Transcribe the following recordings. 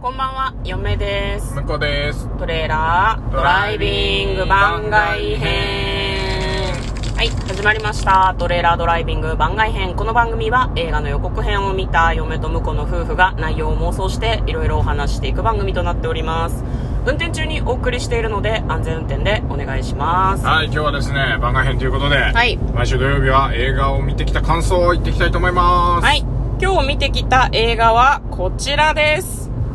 こんばんは、嫁です。 向こうです。 トレーラードライビング番外編。はい、始まりました。トレーラードライビング番外編。この番組は映画の予告編を見た嫁と婿の夫婦が内容を妄想していろいろお話していく番組となっております。運転中にお送りしているので安全運転でお願いします。 はい、今日はですね、番外編ということで、 はい、 毎週土曜日は映画を見てきた感想を言っていきたいと思います。 はい、今日見てきた映画はこちらです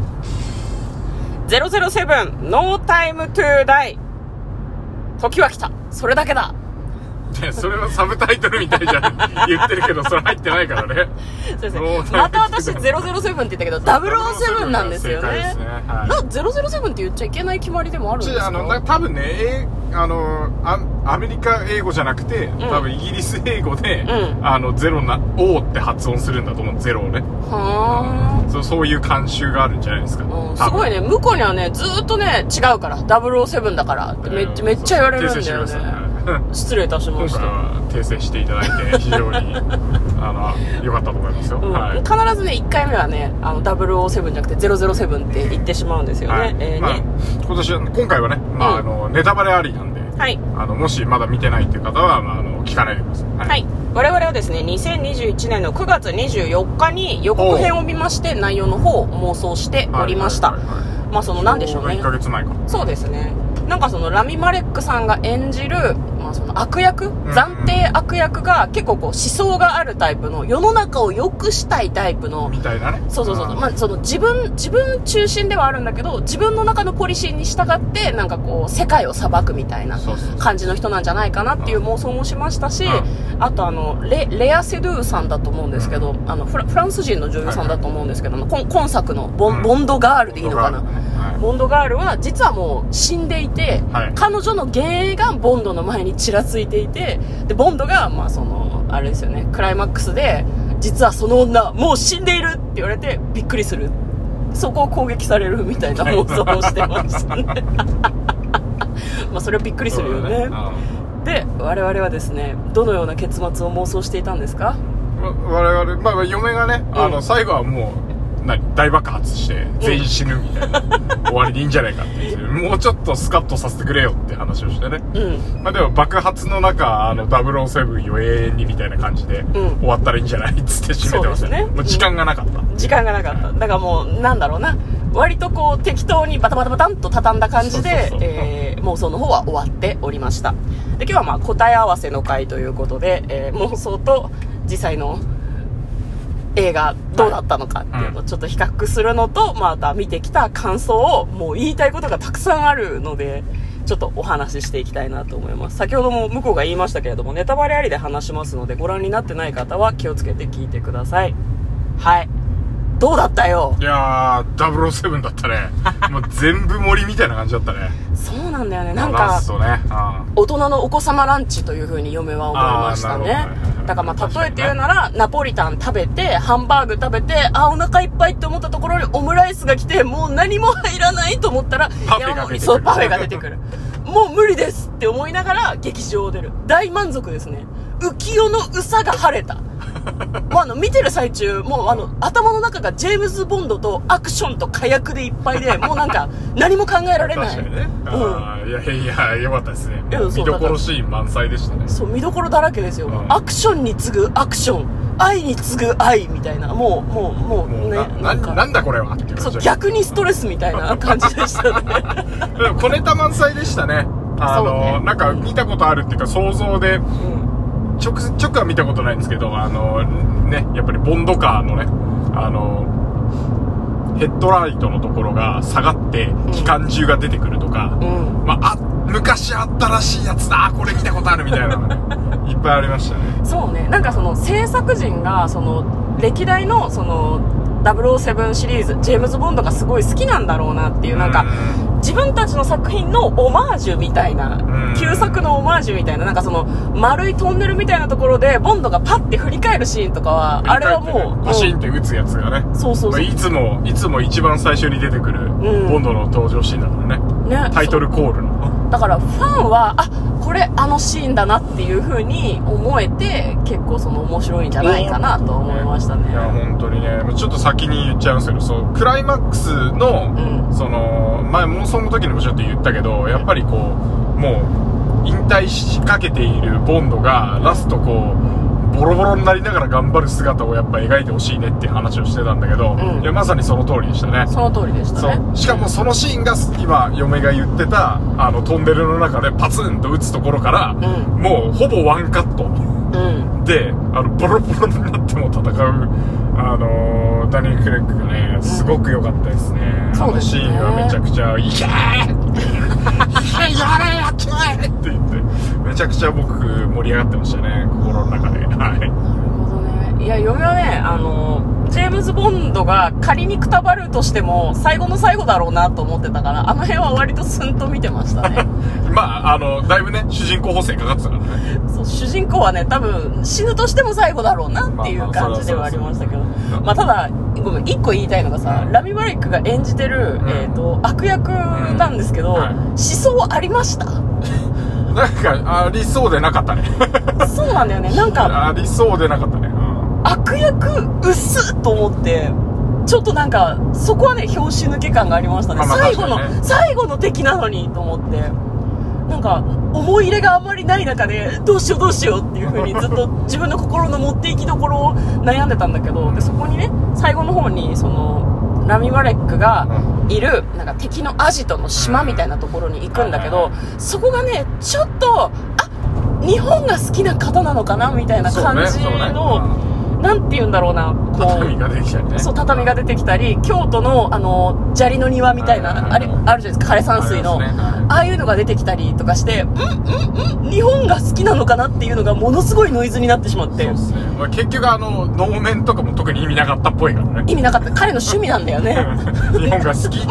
。007 No Time to Die。 時は来た、それだけだ。 それはサブタイトルみたいじゃん言ってるけど、それ入ってないからね。 そうですね、また私007って言ったけど007なんですよね。 正解ですね、はい、 007って言っちゃいけない決まりでもあるんですか？ 多分ね、アメリカ英語じゃなくて、多分イギリス英語で、ゼロな、O って発音するんだと思う、ゼロをね。はー、そういう慣習があるんじゃないですか。 すごいね、向こうにはね、ずーっとね、違うから、007だからってめっちゃ言われるんだよね。失礼いたしました。 訂正していただいて非常に良かったと思いますよ。はい、 必ずね、1回目はね、007じゃなくて007って言ってしまうんですよね。 はい、今回はね、ネタバレありなんで、はい、もしまだ見てないっていう方は、聞かないでください。はい、はい、我々はですね、2021年の9月24日に予告編を見まして、内容の方を妄想しておりました。なんでしょうね、 1ヶ月前か。 そうですね、なんかラミ・マレックさんが演じる、悪役、暫定悪役が結構思想があるタイプの、世の中を良くしたいタイプの、 みたいなね。 そう、自分中心ではあるんだけど、自分の中のポリシーに従ってなんか世界を裁くみたいな感じの人なんじゃないかなっていう妄想もしましたし、あとレア・セドゥさんだと思うんですけど、フランス人の女優さんだと思うんですけど、今作のボンドガールでいいのかな、ボンドガールは実はもう死んでいて、彼女の幻影がボンドの前にちらついていて、でボンドがあれですよね、クライマックスで実はその女もう死んでいるって言われてびっくりする、そこを攻撃されるみたいな妄想をしてましたねそれはびっくりするよね。で我々はですね、どのような結末を妄想していたんですか？ 我々、嫁がね、最後はもう大爆発して全員死ぬみたいな、終わりでいいんじゃないかっていうもうちょっとスカッとさせてくれよって話をしてね、でも爆発の中007よ永遠にみたいな感じで、終わったらいいんじゃないっつって締めてましたね。もう時間がなかった、だからもうなんだろうな、割と適当にバタバタバタンと畳んだ感じで妄想の方は終わっておりました。で今日は答え合わせの回ということで、妄想と実際の映画どうだったのかっていうのをちょっと比較するのと、また見てきた感想を、もう言いたいことがたくさんあるのでちょっとお話ししていきたいなと思います。先ほども向こうが言いましたけれども、ネタバレありで話しますので、ご覧になってない方は気をつけて聞いてください。はい、どうだったよ？ いやー、007だったねもう全部森みたいな感じだったね。 そうなんだよね、なんか、大人のお子様ランチという風に嫁は思いましたね。だから例えて言うなら、ナポリタン食べてハンバーグ食べて、お腹いっぱいって思ったところにオムライスが来て、もう何も入らないと思ったらパフェが出てくるもう無理ですって思いながら劇場を出る。大満足ですね。浮世のうさが晴れたもう見てる最中、もう頭の中がジェームズ・ボンドとアクションと火薬でいっぱいで、もうなんか何も考えられない。 確かにね、いや良かったですね。見どころシーン満載でしたね。 そう、見どころだらけですよ。アクションに次ぐアクション、愛に次ぐ愛みたいな、もうね、 なんだこれはっていう、 そう、逆にストレスみたいな感じでしたねでも小ネタ満載でしたね。なんか見たことあるっていうか想像で、直は見たことないんですけど、ね、やっぱりボンドカーのね、ヘッドライトのところが下がって機関銃が出てくるとか、昔あったらしいやつだ、これ見たことあるみたいなのが、ね、いっぱいありましたね。 そうね、なんか制作陣が歴代の007シリーズ、ジェームズ・ボンドがすごい好きなんだろうなっていう、なんか自分たちの作品のオマージュみたいな、旧作のオマージュみたいな、なんか丸いトンネルみたいなところでボンドがパッて振り返るシーンとかは、あれはもうパシーンって撃つやつがね、そういつも一番最初に出てくるボンドの登場シーンだからね、タイトルコールの。 だからファンはこれあのシーンだなっていう風に思えて、結構その面白いんじゃないかなと思いましたね。 いや本当にね、ちょっと先に言っちゃうんですけど、そうクライマックスの、その前妄想の時にもちょっと言ったけど、やっぱりこうもう引退しかけているボンドがラストこうボロボロになりながら頑張る姿をやっぱ描いてほしいねっていう話をしてたんだけど、いやまさにその通りでしたね。 その通りでしたね。 そうしかもそのシーンが今嫁が言ってたトンネルの中でパツンと撃つところから、もうほぼワンカット、でボロボロになっても戦うダニエル・クレッグがねすごく良かったですね。あのシーンはめちゃくちゃ「いけー!」ってやれやっちまえって言ってめちゃくちゃ僕盛り上がってましたね、心の中で。はい。 なるほどね。いや嫁はねジェームズ・ボンドが仮にくたばるとしても最後の最後だろうなと思ってたから、あの辺は割とスンと見てましたね。 まあだいぶね主人公補正かかってたからね。 そう主人公はね多分死ぬとしても最後だろうなっていう感じではありましたけど、まあただごめん一個言いたいのがさ、ラミ・マレックが演じてる、悪役なんですけど、思想ありました？ なんかありそうでなかったね。 そうなんだよね。なんかありそうでなかったね。 悪役うっすと思って、ちょっとなんかそこはね拍子抜け感がありましたね。最後の敵なのにと思って、なんか思い入れがあんまりない中でどうしようっていう風にずっと自分の心の持っていきどころを悩んでたんだけど、でそこにね最後の方にそのラミ・マレックがいるなんか敵のアジトの島みたいなところに行くんだけど、そこがねちょっと日本が好きな方なのかなみたいな感じの、なんて言うんだろうな、こう畳が出てきたりね。 そう畳が出てきたり、京都の砂利の庭みたいなあれあるじゃないですか、枯山水のああいうのが出てきたりとかして、日本が好きなのかなっていうのがものすごいノイズになってしまって。そうですね。 まあ、結局能面とかも特に意味なかったっぽいからね。 意味なかった。彼の趣味なんだよね。 日本が好きっていう。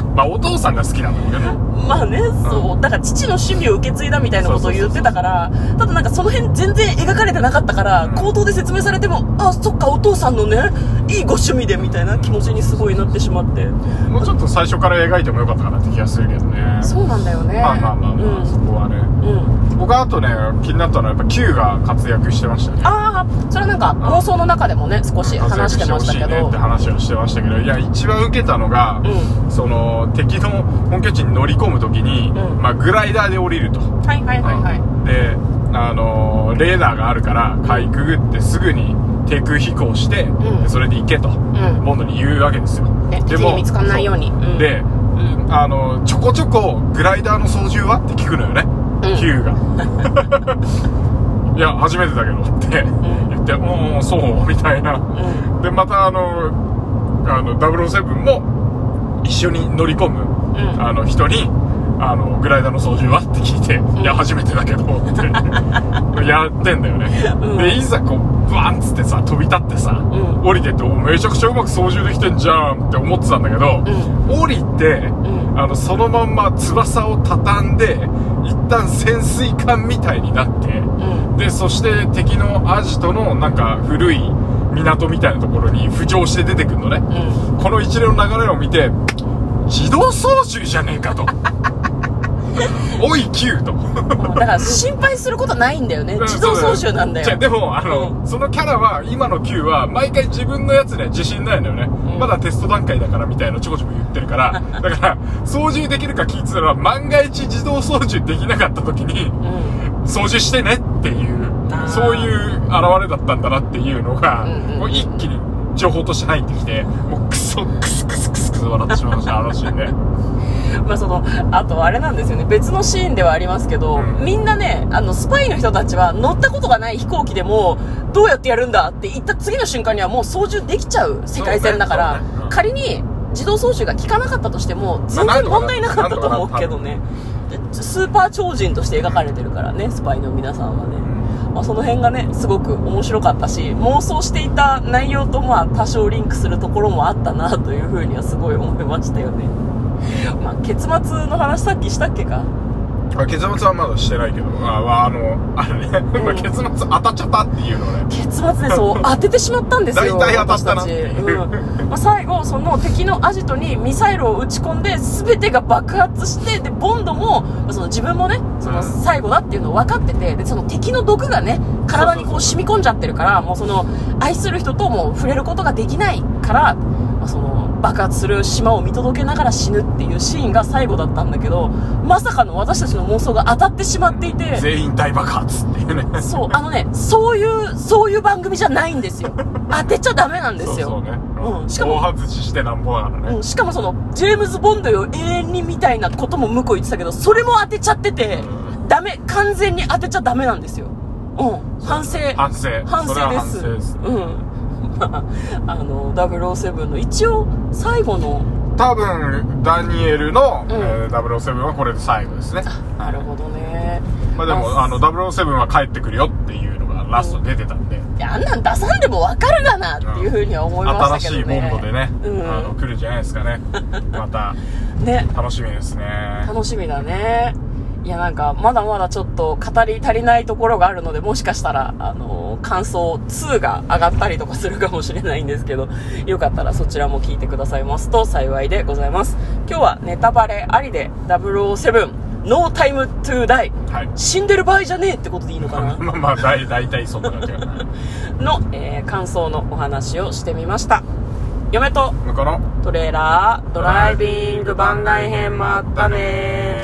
まあお父さんが好きなんだけどね。 まあね、そうだから父の趣味を受け継いだみたいなことを言ってたから、ただなんかその辺全然描かれてなかったから、口頭で説明されても、あ、そっかお父さんのねいいご趣味でみたいな気持ちにすごいなってしまって、 もうちょっと最初から描いてもよかったかなって気がするけどね。 そうなんだよね。 まあ、そこはね、僕はあとね気になったのはやっぱ Q が活躍してましたね。 ああ、それはなんか妄想の中でもね少し話してましたけど、 ねって話をしてましたけど、いや一番受けたのが、その敵の本拠地に乗り込むときに、まあ、グライダーで降りると。でレーダーがあるからかいくぐってすぐに低空飛行して、でそれで行けと、ボンドに言うわけですよ。 でも見つかんないように、 でちょこちょこグライダーの操縦はって聞くのよね、Q が。いや初めてだけどって言って、そうみたいな、でまた007も一緒に乗り込む、人にグライダーの操縦はって聞いて、いや初めてだけどってやってんだよね。でいざこうバーンっつってさ飛び立ってさ、降りてってめちゃくちゃうまく操縦できてんじゃんって思ってたんだけど、降りて、そのまんま翼を畳んで一旦潜水艦みたいになって、でそして敵のアジトのなんか古い港みたいなところに浮上して出てくるのね、この一連の流れを見て自動操縦じゃねえかと。おい Q と。 だから心配することないんだよね。自動操縦なんだよ。 でもそのキャラは今の Q は毎回自分のやつね自信ないのよね、まだテスト段階だからみたいなちょこちょこ言ってるからだから操縦できるか聞いてたら、万が一自動操縦できなかった時に、操縦してねっていう、そういう現れだったんだなっていうのが、もう一気に情報として入ってきて、もうクス笑ってしまいましたあのシーンね。 まああとあれなんですよね、別のシーンではありますけど、みんなねスパイの人たちは乗ったことがない飛行機でもどうやってやるんだって言った次の瞬間にはもう操縦できちゃう世界線だから、仮に自動操縦が効かなかったとしても全然問題なかったと思うけどね。スーパー超人として描かれてるからね、スパイの皆さんはね。まあ、その辺がねすごく面白かったし、妄想していた内容とまあ多少リンクするところもあったなというふうにはすごい思いましたよね。まあ、結末の話さっきしたっけか。 結末はまだしてないけど、あれね、結末当たっちゃったっていうのね。 結末でそう当ててしまったんですよ。 大体当たったな。 最後その敵のアジトにミサイルを撃ち込んで全てが爆発して、でボンドもその自分もねその最後だっていうのを分かってて、でその敵の毒がね体にこう染み込んじゃってるから、もうその愛する人とも触れることができないから、その爆発する島を見届けながら死ぬっていうシーンが最後だったんだけど、まさかの私たちの妄想が当たってしまっていて、 全員大爆発っていうね。 そうそういう番組じゃないんですよ。当てちゃダメなんですよ。 そうね。 しかも大外ししてなんぼだからね。 しかもそのジェームズ・ボンドよ永遠にみたいなことも向こう言ってたけど、それも当てちゃってて、ダメ、完全に当てちゃダメなんですよ。反省です。007の一応最後の多分ダニエルの、007はこれで最後ですね。 なるほどね。 まあでも007は帰ってくるよっていうのがラスト出てたんで、 いやあんなん出さんでも分かるがなっていうふうには思いましたけどね。 新しいボンドでね、来るんじゃないですかね。またね、楽しみですね。 楽しみだね。いやなんかまだまだちょっと語り足りないところがあるので、もしかしたら感想2が上がったりとかするかもしれないんですけど、よかったらそちらも聞いてくださいますと幸いでございます。今日はネタバレありで007 No Time to Die、死んでる場合じゃねえってことでいいのかな。 まあ大体そんな感じかなの、感想のお話をしてみました。嫁と向こうのトレーラードライビング番外編もあったね。